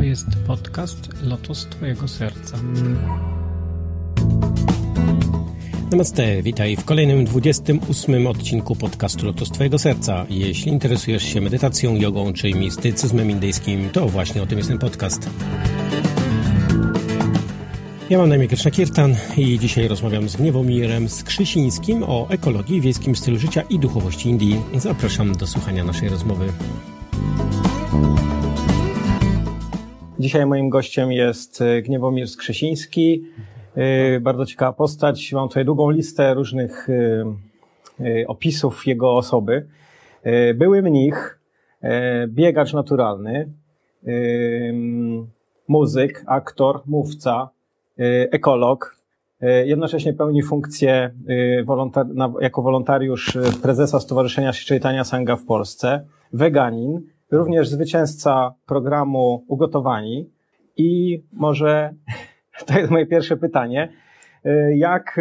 jest podcast Lotos Twojego Serca. Namaste, witaj w kolejnym 28 odcinku podcastu Lotos Twojego Serca. Jeśli interesujesz się medytacją, jogą czy mistycyzmem indyjskim, to właśnie o tym jest ten podcast. Ja mam na imię Krishna Kirtan i dzisiaj rozmawiam z Gniewomirem Skrzysińskim o ekologii, wiejskim stylu życia i duchowości Indii. Zapraszam do słuchania naszej rozmowy. Dzisiaj moim gościem jest Gniewomir Skrzysiński. Bardzo ciekawa postać. Mam tutaj długą listę różnych opisów jego osoby. Były mnich, biegacz naturalny, muzyk, aktor, mówca, ekolog. Jednocześnie pełni funkcję jako wolontariusz prezesa Stowarzyszenia Chaitanya Sangha w Polsce, weganin, również zwycięzca programu Ugotowani. I może to jest moje pierwsze pytanie. Jak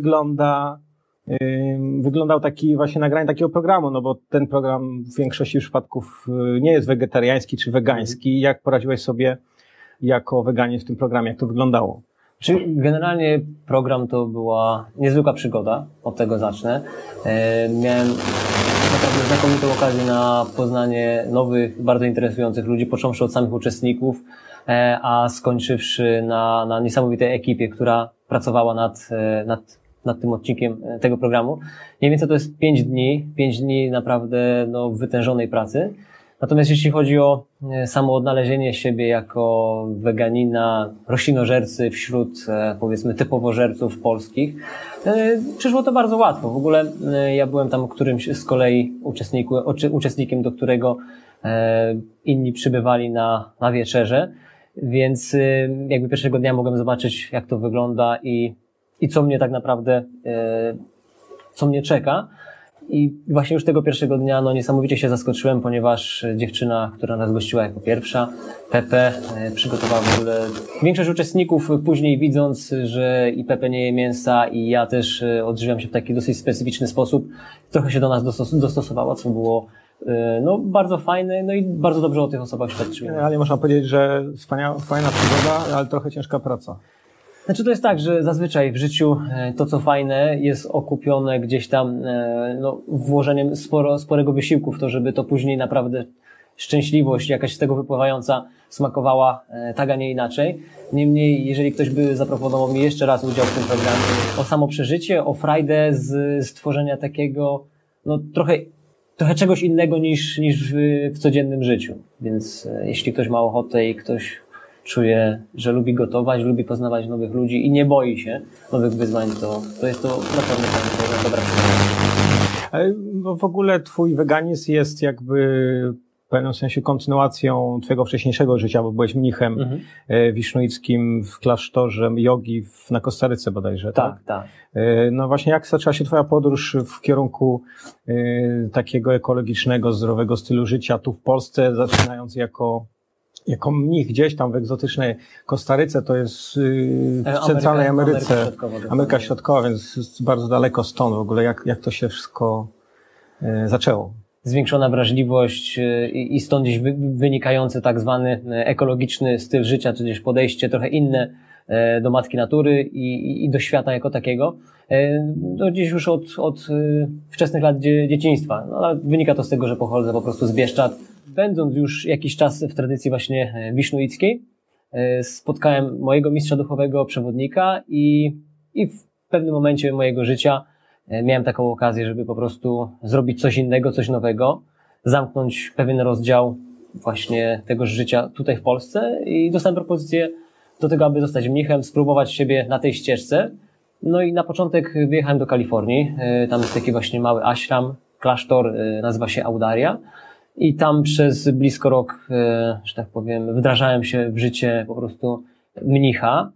wyglądał taki właśnie nagranie takiego programu? No bo ten program w większości przypadków nie jest wegetariański czy wegański. Jak poradziłeś sobie jako weganin w tym programie? Jak to wyglądało? Generalnie program to była niezwykła przygoda, od tego zacznę. Miałem naprawdę znakomitą okazję na poznanie nowych, bardzo interesujących ludzi, począwszy od samych uczestników, a skończywszy na niesamowitej ekipie, która pracowała nad tym odcinkiem tego programu. Mniej więcej to jest 5 dni naprawdę wytężonej pracy. Natomiast jeśli chodzi o samo odnalezienie siebie jako weganina, roślinożercy wśród, powiedzmy, typowożerców polskich, przyszło to bardzo łatwo. W ogóle ja byłem tam którymś z kolei uczestnikiem, do którego inni przybywali na wieczerze, więc jakby pierwszego dnia mogłem zobaczyć, jak to wygląda i co mnie tak naprawdę, co mnie czeka. I właśnie już tego pierwszego dnia niesamowicie się zaskoczyłem, ponieważ dziewczyna, która nas gościła jako pierwsza, Pepe, przygotowała w ogóle większość uczestników, później widząc, że i Pepe nie je mięsa i ja też odżywiam się w taki dosyć specyficzny sposób, trochę się do nas dostosowała, co było bardzo fajne, i bardzo dobrze o tych osobach świadczyłem. Ale można powiedzieć, że fajna przygoda, ale trochę ciężka praca. Znaczy to jest tak, że zazwyczaj w życiu to, co fajne, jest okupione gdzieś tam włożeniem sporego wysiłku w to, żeby to później naprawdę szczęśliwość jakaś z tego wypływająca smakowała tak, a nie inaczej. Niemniej, jeżeli ktoś by zaproponował mi jeszcze raz udział w tym programie, o samo przeżycie, o frajdę z stworzenia takiego, trochę czegoś innego niż w codziennym życiu. Więc jeśli ktoś ma ochotę i ktoś czuje, że lubi gotować, lubi poznawać nowych ludzi i nie boi się nowych wyzwań, to jest to na pewno dobra przygoda. Ale w ogóle twój weganizm jest jakby w pewnym sensie kontynuacją twojego wcześniejszego życia, bo byłeś mnichem wisznuickim w klasztorze jogi na Kostaryce bodajże, tak? Tak. No właśnie, jak zaczęła się twoja podróż w kierunku takiego ekologicznego, zdrowego stylu życia tu w Polsce, zaczynając jako mnich gdzieś tam w egzotycznej Kostaryce, to jest w centralnej Ameryka Środkowa, więc jest bardzo daleko stąd w ogóle. Jak to się wszystko zaczęło? Zwiększona wrażliwość i stąd gdzieś wynikający tak zwany ekologiczny styl życia, czy gdzieś podejście trochę inne do matki natury i do świata jako takiego. Gdzieś już od wczesnych lat dzieciństwa. Wynika to z tego, że pochodzę po prostu z Bieszczad. Będąc już jakiś czas w tradycji właśnie wisznuickiej, spotkałem mojego mistrza duchowego, przewodnika i w pewnym momencie mojego życia miałem taką okazję, żeby po prostu zrobić coś innego, coś nowego, zamknąć pewien rozdział właśnie tegoż życia tutaj w Polsce i dostałem propozycję do tego, aby zostać mnichem, spróbować siebie na tej ścieżce. No i na początek wyjechałem do Kalifornii, tam jest taki właśnie mały ashram, klasztor, nazywa się Audaria. I tam przez blisko rok, że tak powiem, wdrażałem się w życie po prostu mnicha,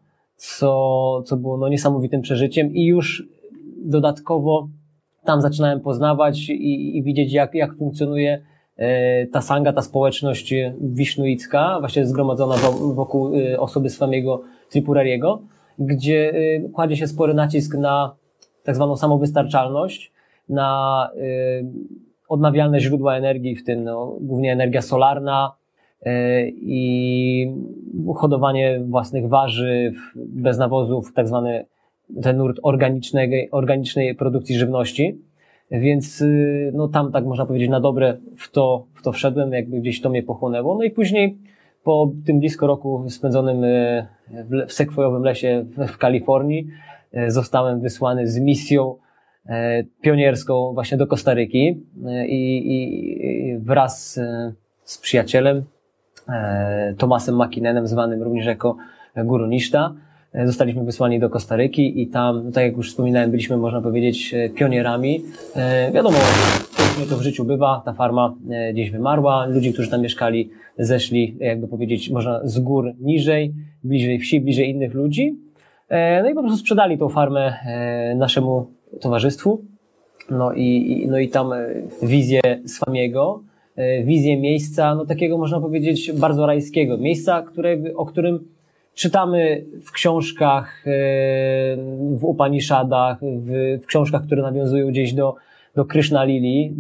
co było niesamowitym przeżyciem i już dodatkowo tam zaczynałem poznawać i widzieć, jak funkcjonuje ta sangha, ta społeczność wisznuicka, właśnie zgromadzona wokół osoby Swamiego Tripurariego, gdzie kładzie się spory nacisk na tak zwaną samowystarczalność, na odnawialne źródła energii, w tym głównie energia solarna, i hodowanie własnych warzyw, bez nawozów, tak zwany ten nurt organicznej produkcji żywności. Więc no tam, tak można powiedzieć, na dobre w to wszedłem, jakby gdzieś to mnie pochłonęło. No i później po tym blisko roku spędzonym w sekwojowym lesie w Kalifornii zostałem wysłany z misją pionierską właśnie do Kostaryki i wraz z przyjacielem Thomasem Makinenem, zwanym również jako Guru Nishta, zostaliśmy wysłani do Kostaryki i tam, no tak jak już wspominałem, byliśmy, można powiedzieć, pionierami. Wiadomo, to w życiu bywa, ta farma gdzieś wymarła, ludzie, którzy tam mieszkali, zeszli, jakby powiedzieć, można z gór niżej, bliżej wsi, bliżej innych ludzi. No i po prostu sprzedali tą farmę naszemu towarzystwu. No i tam wizję swamiego, wizję miejsca, no takiego można powiedzieć bardzo rajskiego. Miejsca, o którym czytamy w książkach, w Upanishadach, w książkach, które nawiązują gdzieś do Krishna Lili,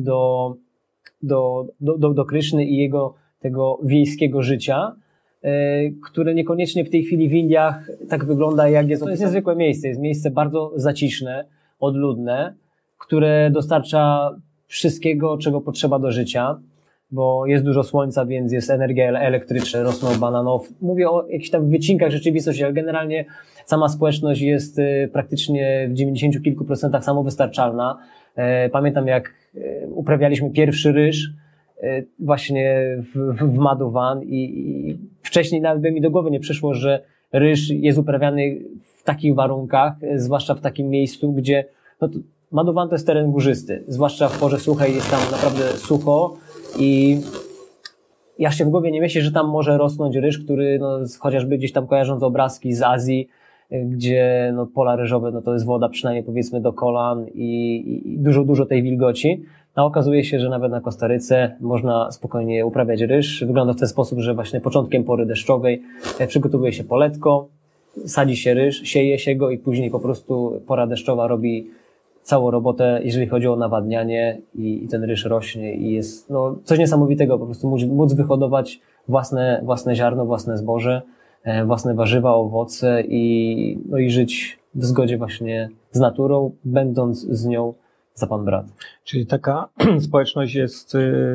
do Kryszny i jego tego wiejskiego życia, które niekoniecznie w tej chwili w Indiach tak wygląda, jak jest. To jest niezwykłe miejsce. Jest miejsce bardzo zaciszne, odludne, które dostarcza wszystkiego, czego potrzeba do życia, bo jest dużo słońca, więc jest energia elektryczna, rosną bananów. Mówię o jakichś tam wycinkach rzeczywistości, ale generalnie sama społeczność jest praktycznie w 90 kilku procentach samowystarczalna. Pamiętam, jak uprawialiśmy pierwszy ryż właśnie w Madhuvan i wcześniej nawet by mi do głowy nie przyszło, że ryż jest uprawiany w takich warunkach, zwłaszcza w takim miejscu, gdzie no Madhuvan to jest teren górzysty, zwłaszcza w porze suchej jest tam naprawdę sucho i ja się w głowie nie myślę, że tam może rosnąć ryż, który no, chociażby gdzieś tam kojarząc obrazki z Azji, gdzie no, pola ryżowe no, to jest woda przynajmniej powiedzmy do kolan i dużo tej wilgoci. A okazuje się, że nawet na Kostaryce można spokojnie uprawiać ryż. Wygląda w ten sposób, że właśnie początkiem pory deszczowej przygotowuje się poletko, sadzi się ryż, sieje się go i później po prostu pora deszczowa robi całą robotę, jeżeli chodzi o nawadnianie i ten ryż rośnie i jest no, coś niesamowitego, po prostu móc wyhodować własne ziarno, własne zboże, własne warzywa, owoce i żyć w zgodzie właśnie z naturą, będąc z nią za pan brat. Czyli taka społeczność jest,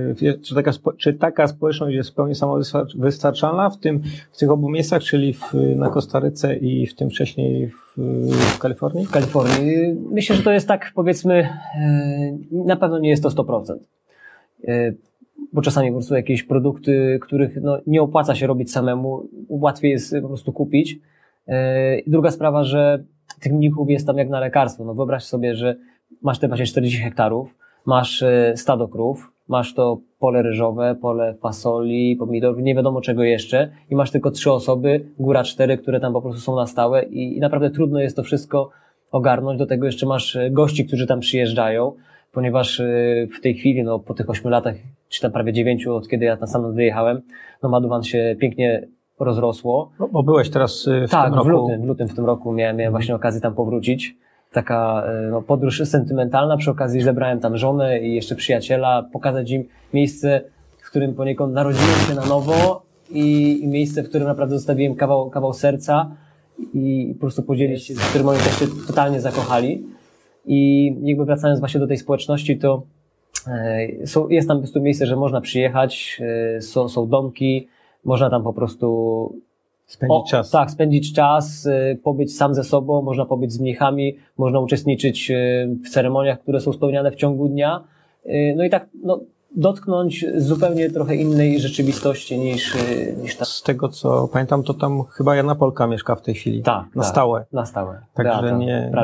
czy taka społeczność jest w pełni samowystarczalna w tych obu miejscach, czyli na Kostaryce i w tym wcześniej w Kalifornii? W Kalifornii. Myślę, że to jest tak, powiedzmy, na pewno nie jest to 100%. Bo czasami po prostu jakieś produkty, których no, nie opłaca się robić samemu, łatwiej jest po prostu kupić. Druga sprawa, że tych mnichów jest tam jak na lekarstwo. No wyobraź sobie, że masz te właśnie 40 hektarów, masz stado krów, masz to pole ryżowe, pole fasoli, pomidorów, nie wiadomo czego jeszcze i masz tylko 3 osoby, góra 4, które tam po prostu są na stałe i naprawdę trudno jest to wszystko ogarnąć. Do tego jeszcze masz gości, którzy tam przyjeżdżają, ponieważ w tej chwili, no po tych 8 latach, czy tam prawie 9, od kiedy ja tam sam wyjechałem, no Madhuvan się pięknie rozrosło. No, bo byłeś teraz w tym roku. W lutym w tym roku miałem właśnie okazję tam powrócić. Taka no, podróż sentymentalna, przy okazji zebrałem tam żonę i jeszcze przyjaciela, pokazać im miejsce, w którym poniekąd narodziłem się na nowo i miejsce, w którym naprawdę zostawiłem kawał serca i po prostu podzielić się, z którym oni też się totalnie zakochali. I jakby wracając właśnie do tej społeczności, to jest tam po prostu miejsce, że można przyjechać, są domki, można tam po prostu spędzić czas. Tak, spędzić czas, pobyć sam ze sobą, można pobyć z mnichami, można uczestniczyć w ceremoniach, które są spełniane w ciągu dnia. No i tak, no, dotknąć zupełnie trochę innej rzeczywistości niż ta. Z tego co pamiętam, to tam chyba Jana Polka mieszka w tej chwili. Tak. Stałe. Na stałe. Także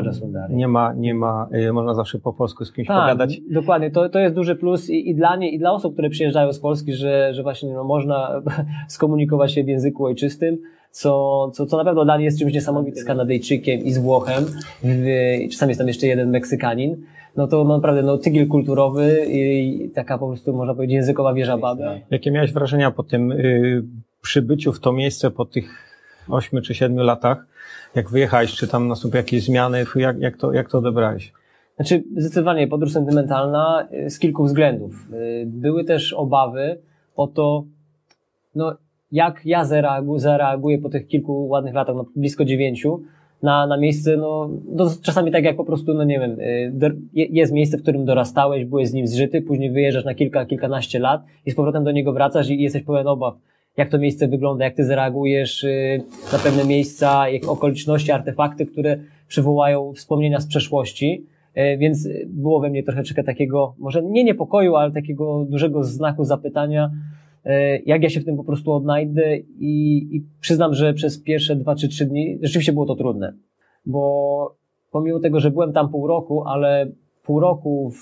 nie ma, można zawsze po polsku z kimś pogadać. Dokładnie. To jest duży plus i dla mnie, i dla osób, które przyjeżdżają z Polski, że właśnie no, można skomunikować się w języku ojczystym, co na pewno dla mnie jest czymś niesamowitym z Kanadyjczykiem i z Włochem. Czasami jest tam jeszcze jeden Meksykanin. No to naprawdę no, tygiel kulturowy i taka po prostu, można powiedzieć, językowa wieża baby. Jakie miałeś wrażenia po tym przybyciu w to miejsce po tych 8 czy 7 latach? Jak wyjechałeś, czy tam nastąpiły jakieś zmiany? Jak to odebrałeś? Znaczy, zdecydowanie podróż sentymentalna z kilku względów. Były też obawy o to, no jak ja zareaguję po tych kilku ładnych latach, no blisko 9, na miejsce, no czasami tak jak po prostu, no nie wiem, jest miejsce, w którym dorastałeś, byłeś z nim zżyty, później wyjeżdżasz na kilkanaście lat i z powrotem do niego wracasz i jesteś pełen obaw, jak to miejsce wygląda, jak ty zareagujesz na pewne miejsca, jak okoliczności, artefakty, które przywołają wspomnienia z przeszłości. Więc było we mnie troszeczkę takiego, może nie niepokoju, ale takiego dużego znaku zapytania, jak ja się w tym po prostu odnajdę i przyznam, że przez pierwsze 2 czy 3 dni rzeczywiście było to trudne, bo pomimo tego, że byłem tam pół roku, ale pół roku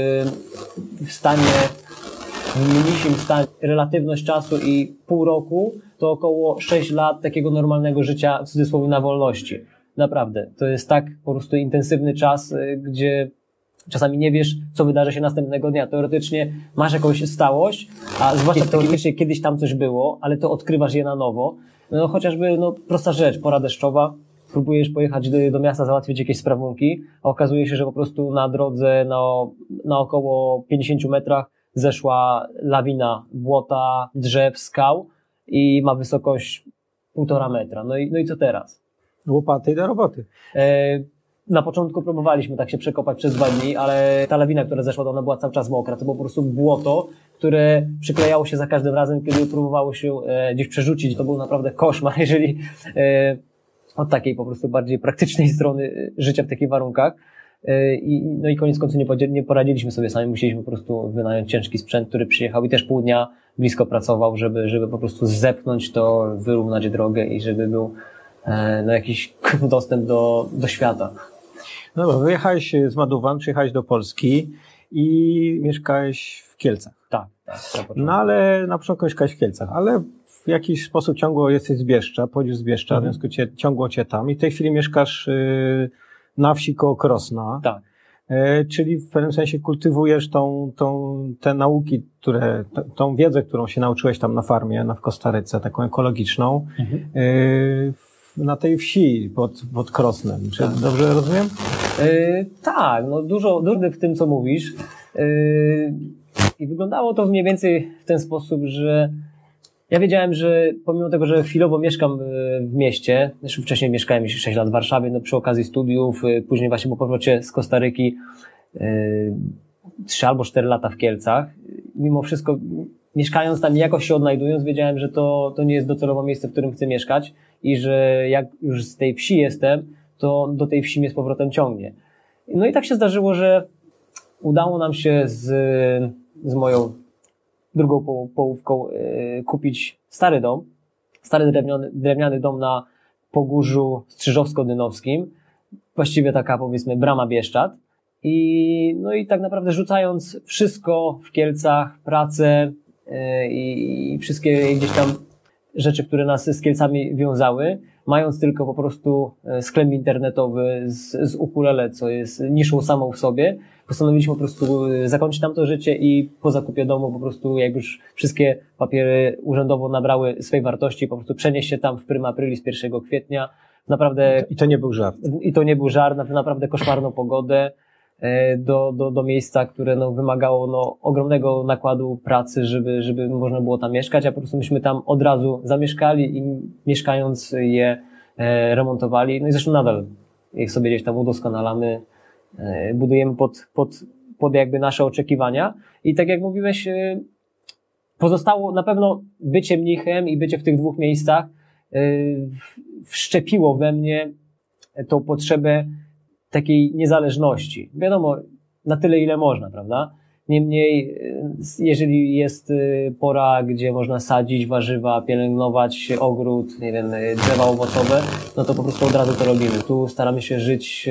w stanie, w mniejszym stanie, relatywność czasu i pół roku to około 6 lat takiego normalnego życia, w cudzysłowie, na wolności. Naprawdę. To jest tak po prostu intensywny czas, gdzie czasami nie wiesz, co wydarzy się następnego dnia. Teoretycznie masz jakąś stałość, a zwłaszcza teoretycznie kiedyś tam coś było, ale to odkrywasz je na nowo. No chociażby, prosta rzecz, pora deszczowa. Próbujesz pojechać do miasta, załatwić jakieś sprawunki, a okazuje się, że po prostu na drodze na około 50 metrach zeszła lawina błota, drzew, skał i ma wysokość 1,5 metra. No i co teraz? Łopaty do roboty. Na początku próbowaliśmy tak się przekopać przez 2 dni, ale ta lawina, która zeszła, to ona była cały czas mokra. To było po prostu błoto, które przyklejało się za każdym razem, kiedy próbowało się gdzieś przerzucić. To był naprawdę koszmar, jeżeli od takiej po prostu bardziej praktycznej strony życia w takich warunkach. No i koniec końców nie poradziliśmy sobie sami, musieliśmy po prostu wynająć ciężki sprzęt, który przyjechał i też pół dnia blisko pracował, żeby po prostu zepchnąć to, wyrównać drogę i żeby był jakiś dostęp do świata. No bo wyjechałeś z Madówan, przyjechałeś do Polski i mieszkałeś w Kielcach. Tak. No ale na początku mieszkałeś w Kielcach, ale w jakiś sposób ciągło jesteś z Bieszcza, pochodzisz z Bieszcza, w związku ciągło cię tam i w tej chwili mieszkasz na wsi koło Krosna. Tak. Czyli w pewnym sensie kultywujesz te nauki, tą wiedzę, którą się nauczyłeś tam na farmie, w Kostaryce, taką ekologiczną, na tej wsi pod Krosnem. Czy dobrze rozumiem? Tak, dużo w tym, co mówisz. I wyglądało to mniej więcej w ten sposób, że ja wiedziałem, że pomimo tego, że chwilowo mieszkam w mieście, zresztą wcześniej mieszkałem 6 lat w Warszawie, przy okazji studiów, później właśnie po powrocie z Kostaryki 3 albo 4 lata w Kielcach. Mimo wszystko, mieszkając tam i jakoś się odnajdując, wiedziałem, że to nie jest docelowo miejsce, w którym chcę mieszkać i że jak już z tej wsi jestem, to do tej wsi mnie z powrotem ciągnie. No i tak się zdarzyło, że udało nam się z moją drugą połówką kupić stary dom, stary drewniany dom na Pogórzu Strzyżowsko-Dynowskim, właściwie taka, powiedzmy, brama Bieszczad. I tak naprawdę rzucając wszystko w Kielcach, pracę i wszystkie gdzieś tam rzeczy, które nas z Kielcami wiązały, mając tylko po prostu sklep internetowy z ukulele, co jest niszą samą w sobie, postanowiliśmy po prostu zakończyć tam to życie i po zakupie domu po prostu, jak już wszystkie papiery urzędowo nabrały swej wartości, po prostu przenieść się tam w prima aprilis 1 kwietnia. Naprawdę. I to nie był żart. I to nie był żart, naprawdę koszmarną pogodę do miejsca, które wymagało ogromnego nakładu pracy, żeby można było tam mieszkać, a po prostu myśmy tam od razu zamieszkali i mieszkając je remontowali. No i zresztą nadal ich sobie gdzieś tam udoskonalamy, budujemy pod jakby nasze oczekiwania. I tak jak mówiłeś, pozostało na pewno bycie mnichem i bycie w tych 2 miejscach wszczepiło we mnie tą potrzebę takiej niezależności. Wiadomo, na tyle, ile można, prawda? Niemniej, jeżeli jest pora, gdzie można sadzić warzywa, pielęgnować ogród, nie wiem, drzewa owocowe, no to po prostu od razu to robimy. Tu staramy się żyć,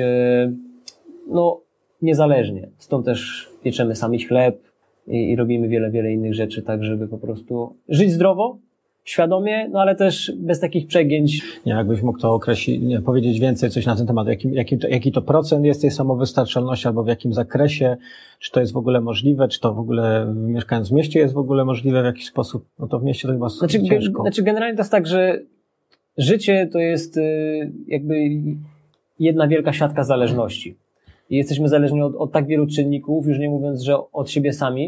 niezależnie. Stąd też pieczemy sami chleb i robimy wiele innych rzeczy, tak żeby po prostu żyć zdrowo, świadomie, ale też bez takich przegięć. Nie, jakbyś mógł to określić, powiedzieć więcej coś na ten temat, jaki to procent jest tej samowystarczalności, albo w jakim zakresie, czy to jest w ogóle możliwe, czy to w ogóle mieszkając w mieście jest w ogóle możliwe w jakiś sposób, to w mieście to chyba ciężko. Generalnie to jest tak, że życie to jest jakby jedna wielka siatka zależności. I jesteśmy zależni od tak wielu czynników, już nie mówiąc, że od siebie sami,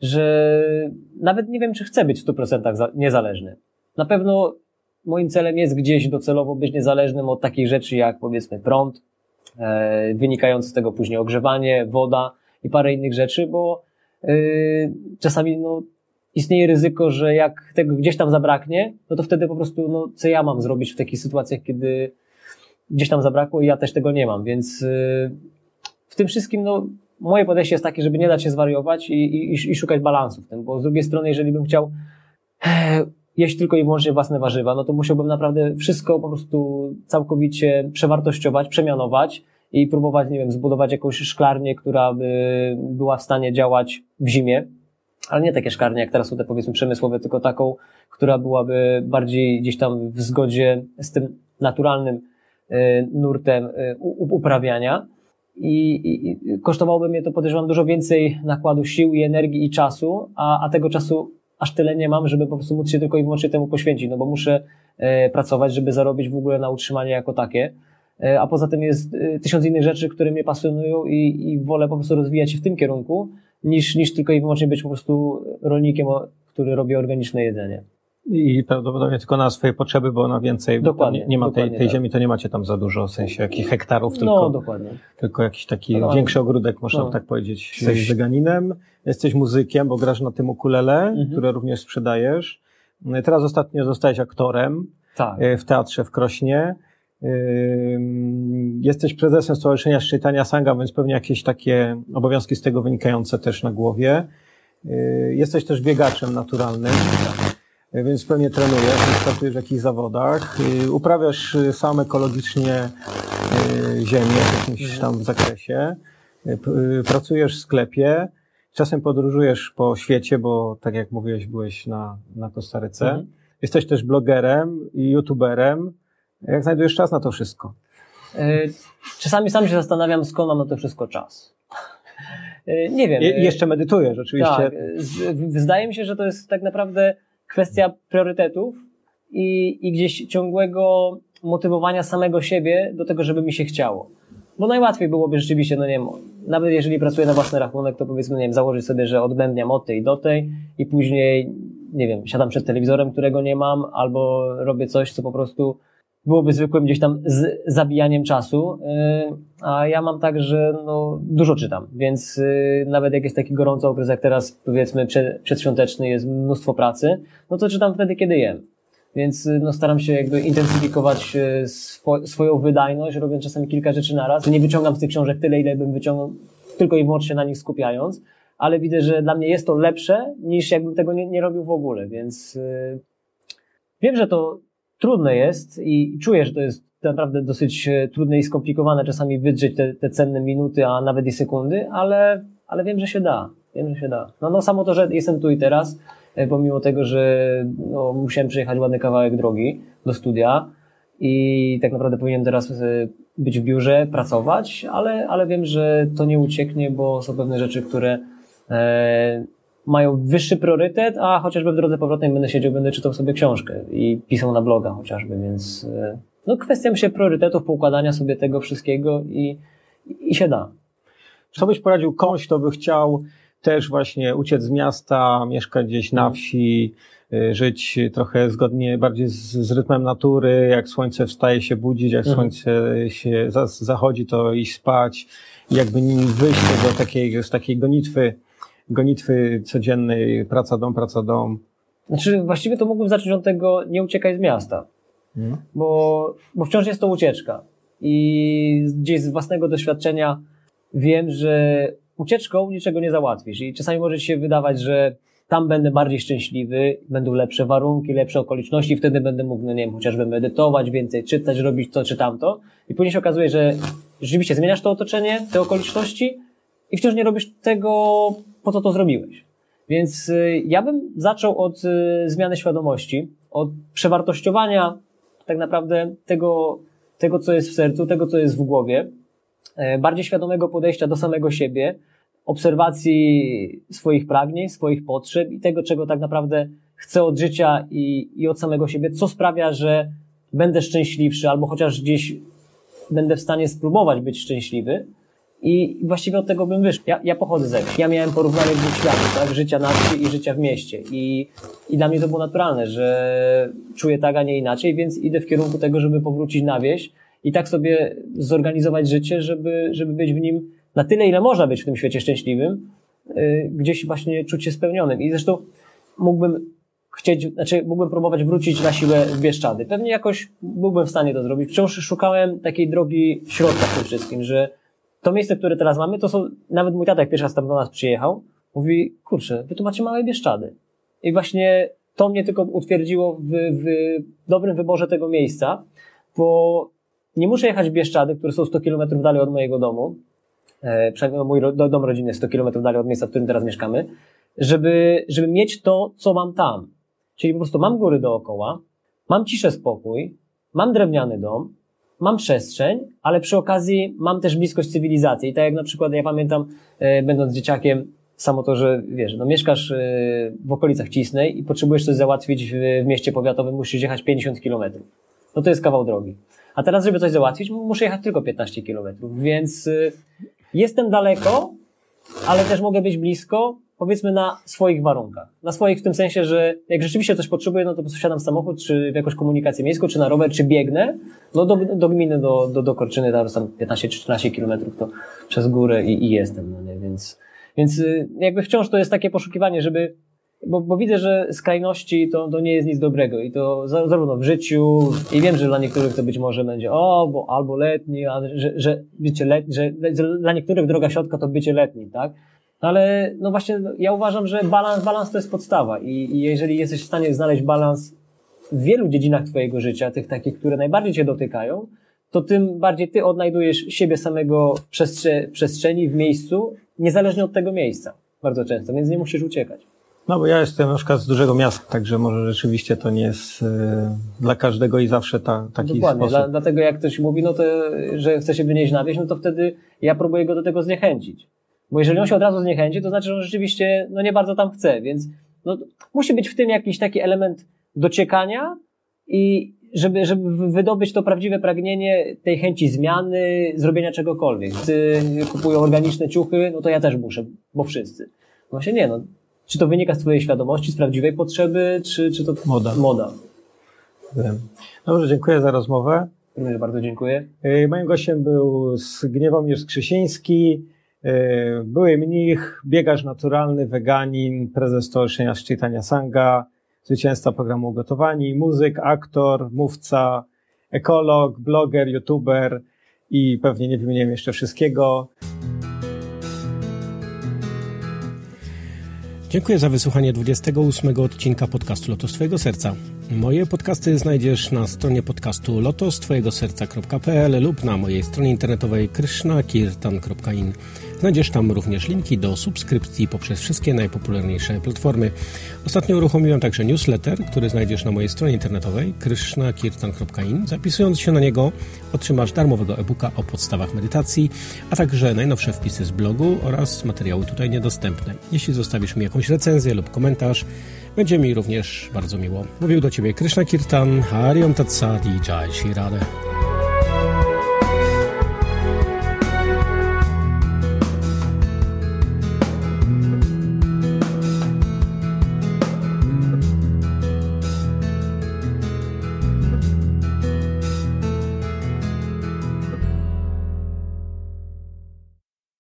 że nawet nie wiem, czy chcę być w 100% niezależny. Na pewno moim celem jest gdzieś docelowo być niezależnym od takich rzeczy jak powiedzmy prąd, wynikające z tego później ogrzewanie, woda i parę innych rzeczy, bo czasami istnieje ryzyko, że jak tego gdzieś tam zabraknie, no to wtedy po prostu co ja mam zrobić w takich sytuacjach, kiedy gdzieś tam zabrakło i ja też tego nie mam, więc w tym wszystkim moje podejście jest takie, żeby nie dać się zwariować i szukać balansu w tym, bo z drugiej strony, jeżeli bym chciał jeść tylko i wyłącznie własne warzywa, no to musiałbym naprawdę wszystko po prostu całkowicie przewartościować, przemianować i próbować, nie wiem, zbudować jakąś szklarnię, która by była w stanie działać w zimie, ale nie takie szklarnie jak teraz są te powiedzmy przemysłowe, tylko taką, która byłaby bardziej gdzieś tam w zgodzie z tym naturalnym nurtem uprawiania i kosztowałoby mnie to, podejrzewam, dużo więcej nakładu sił i energii i czasu, a tego czasu aż tyle nie mam, żeby po prostu móc się tylko i wyłącznie temu poświęcić, no bo muszę pracować, żeby zarobić w ogóle na utrzymanie jako takie, a poza tym jest 1000 innych rzeczy, które mnie pasjonują i wolę po prostu rozwijać się w tym kierunku, niż tylko i wyłącznie być po prostu rolnikiem, który robi organiczne jedzenie. I prawdopodobnie tylko na swoje potrzeby, bo na więcej dokładnie, nie ma tej tak. ziemi, to nie macie tam za dużo, w sensie jakich hektarów, dokładnie. Tylko jakiś taki większy ogródek, można tak powiedzieć. Jesteś weganinem, jesteś muzykiem, bo grasz na tym ukulele, które również sprzedajesz. Teraz ostatnio zostałeś aktorem w teatrze w Krośnie. Jesteś prezesem Stowarzyszenia Szczytania Sanga, więc pewnie jakieś takie obowiązki z tego wynikające też na głowie. Jesteś też biegaczem naturalnym. Więc pewnie trenujesz, startujesz w jakichś zawodach, uprawiasz sam ekologicznie ziemię w jakimś tam zakresie, pracujesz w sklepie, czasem podróżujesz po świecie, bo tak jak mówiłeś, byłeś na Kostaryce. Jesteś też blogerem i youtuberem. Jak znajdujesz czas na to wszystko? Czasami sam się zastanawiam, skąd mam na to wszystko czas. Nie wiem. Jeszcze medytujesz oczywiście. Tak, wydaje mi się, że to jest tak naprawdę kwestia priorytetów i gdzieś ciągłego motywowania samego siebie do tego, żeby mi się chciało. Bo najłatwiej byłoby rzeczywiście, nie wiem, nawet jeżeli pracuję na własny rachunek, to powiedzmy, nie wiem, założyć sobie, że odbędniam od tej do tej i później, nie wiem, siadam przed telewizorem, którego nie mam, albo robię coś, co po prostu byłoby zwykłym gdzieś tam zabijaniem czasu, a ja mam tak, że dużo czytam, więc nawet jak jest taki gorący okres, jak teraz powiedzmy przedświąteczny, jest mnóstwo pracy, to czytam wtedy, kiedy jem. Więc staram się jakby intensyfikować swoją wydajność, robiąc czasami kilka rzeczy naraz. Nie wyciągam z tych książek tyle, ile bym wyciągnął, tylko i wyłącznie na nich skupiając, ale widzę, że dla mnie jest to lepsze, niż jakbym tego nie robił w ogóle, więc wiem, że to trudne jest i czuję, że to jest naprawdę dosyć trudne i skomplikowane czasami wydrzeć te cenne minuty, a nawet i sekundy, ale wiem, że się da. Samo to, że jestem tu i teraz, pomimo tego, że musiałem przejechać ładny kawałek drogi do studia i tak naprawdę powinienem teraz być w biurze, pracować, ale wiem, że to nie ucieknie, bo są pewne rzeczy, które mają wyższy priorytet, a chociażby w drodze powrotnej będę siedział, będę czytał sobie książkę i pisał na bloga chociażby, więc kwestia się priorytetów, poukładania sobie tego wszystkiego i się da. Co byś poradził komuś, kto by chciał też właśnie uciec z miasta, mieszkać gdzieś na wsi, żyć trochę zgodnie, bardziej z rytmem natury, jak słońce wstaje się budzić, jak słońce się zachodzi, to iść spać, jakby wyjść z takiej gonitwy codziennej, praca, dom. Znaczy, właściwie to mógłbym zacząć od tego, nie uciekaj z miasta, bo wciąż jest to ucieczka i gdzieś z własnego doświadczenia wiem, że ucieczką niczego nie załatwisz i czasami może ci się wydawać, że tam będę bardziej szczęśliwy, będą lepsze warunki, lepsze okoliczności, wtedy będę mógł, nie wiem, chociażby medytować, więcej czytać, robić to czy tamto i później się okazuje, że rzeczywiście zmieniasz to otoczenie, te okoliczności i wciąż nie robisz tego, po co to zrobiłeś. Więc ja bym zaczął od zmiany świadomości, od przewartościowania tak naprawdę tego, co jest w sercu, tego, co jest w głowie, bardziej świadomego podejścia do samego siebie, obserwacji swoich pragnień, swoich potrzeb i tego, czego tak naprawdę chcę od życia i od samego siebie, co sprawia, że będę szczęśliwszy albo chociaż gdzieś będę w stanie spróbować być szczęśliwy I właściwie od tego bym wyszedł. Ja pochodzę ze wsi. Ja miałem porównanie dwóch światów, tak? Życia na wsi i życia w mieście. I dla mnie to było naturalne, że czuję tak, a nie inaczej, więc idę w kierunku tego, żeby powrócić na wieś i tak sobie zorganizować życie, żeby być w nim na tyle, ile można być w tym świecie szczęśliwym, gdzieś właśnie czuć się spełnionym. I zresztą mógłbym próbować wrócić na siłę w Bieszczady. Pewnie jakoś byłbym w stanie to zrobić. Wciąż szukałem takiej drogi środka w tym wszystkim, że to miejsce, które teraz mamy, to są, nawet mój tata jak pierwszy raz tam do nas przyjechał, mówi, kurczę, wy tu macie małe Bieszczady. I właśnie to mnie tylko utwierdziło w dobrym wyborze tego miejsca, bo nie muszę jechać w Bieszczady, które są 100 km dalej od mojego domu, przynajmniej mój dom rodzinny jest 100 km dalej od miejsca, w którym teraz mieszkamy, żeby mieć to, co mam tam. Czyli po prostu mam góry dookoła, mam ciszę, spokój, mam drewniany dom, mam przestrzeń, ale przy okazji mam też bliskość cywilizacji. I tak jak na przykład ja pamiętam, będąc dzieciakiem, samo to, że wiesz, no mieszkasz w okolicach Cisnej i potrzebujesz coś załatwić w mieście powiatowym, musisz jechać 50 km. No to jest kawał drogi. A teraz, żeby coś załatwić, muszę jechać tylko 15 km. Więc jestem daleko, ale też mogę być blisko, powiedzmy na swoich warunkach. Na swoich w tym sensie, że jak rzeczywiście coś potrzebuję, no to wsiadam w samochód, czy w jakąś komunikację miejską, czy na rower, czy biegnę, no do gminy, do Korczyny, tam 15 czy 14 kilometrów to przez górę i jestem, no nie, więc jakby wciąż to jest takie poszukiwanie, żeby, bo widzę, że skrajności to nie jest nic dobrego i to zarówno w życiu i wiem, że dla niektórych to być może będzie, bo albo letni, że bycie że dla niektórych droga środka to bycie letnim, tak? Ale no właśnie ja uważam, że balans to jest podstawa i jeżeli jesteś w stanie znaleźć balans w wielu dziedzinach twojego życia, tych takich, które najbardziej cię dotykają, to tym bardziej ty odnajdujesz siebie samego w przestrzeni, w miejscu, niezależnie od tego miejsca. Bardzo często, więc nie musisz uciekać. No bo ja jestem na przykład z dużego miasta, także może rzeczywiście to nie jest dla każdego i zawsze taki Dokładnie, sposób. Dlatego jak ktoś mówi, no to, że chce się wynieść na wieś, no to wtedy ja próbuję go do tego zniechęcić. Bo jeżeli on się od razu zniechęci, to znaczy, że on rzeczywiście no nie bardzo tam chce, więc no, musi być w tym jakiś taki element dociekania i żeby wydobyć to prawdziwe pragnienie tej chęci zmiany, zrobienia czegokolwiek. Wszyscy kupują organiczne ciuchy, no to ja też muszę, bo wszyscy. Właśnie nie, no. Czy to wynika z twojej świadomości, z prawdziwej potrzeby, czy to moda? Wiem. Dobrze, dziękuję za rozmowę. Bardzo dziękuję. Moim gościem był Gniewomir Skrzysiński, były mnich, biegacz naturalny, weganin, prezes Stowarzyszenia Czytania Sangha, zwycięzca programu Ugotowani, muzyk, aktor, mówca, ekolog, bloger, youtuber i pewnie nie wymieniłem jeszcze wszystkiego. Dziękuję za wysłuchanie 28 odcinka podcastu Lotos Twojego Serca. Moje podcasty znajdziesz na stronie podcastu lotostwojegoserca.pl lub na mojej stronie internetowej krishnakirtan.in. Znajdziesz tam również linki do subskrypcji poprzez wszystkie najpopularniejsze platformy. Ostatnio uruchomiłem także newsletter, który znajdziesz na mojej stronie internetowej krishnakirtan.in. Zapisując się na niego otrzymasz darmowego e-booka o podstawach medytacji, a także najnowsze wpisy z blogu oraz materiały tutaj niedostępne. Jeśli zostawisz mi jakąś recenzję lub komentarz, będzie mi również bardzo miło. Mówił do Ciebie Krishna Kirtan, Hari Om Tat Sat, Jai Shri Radha.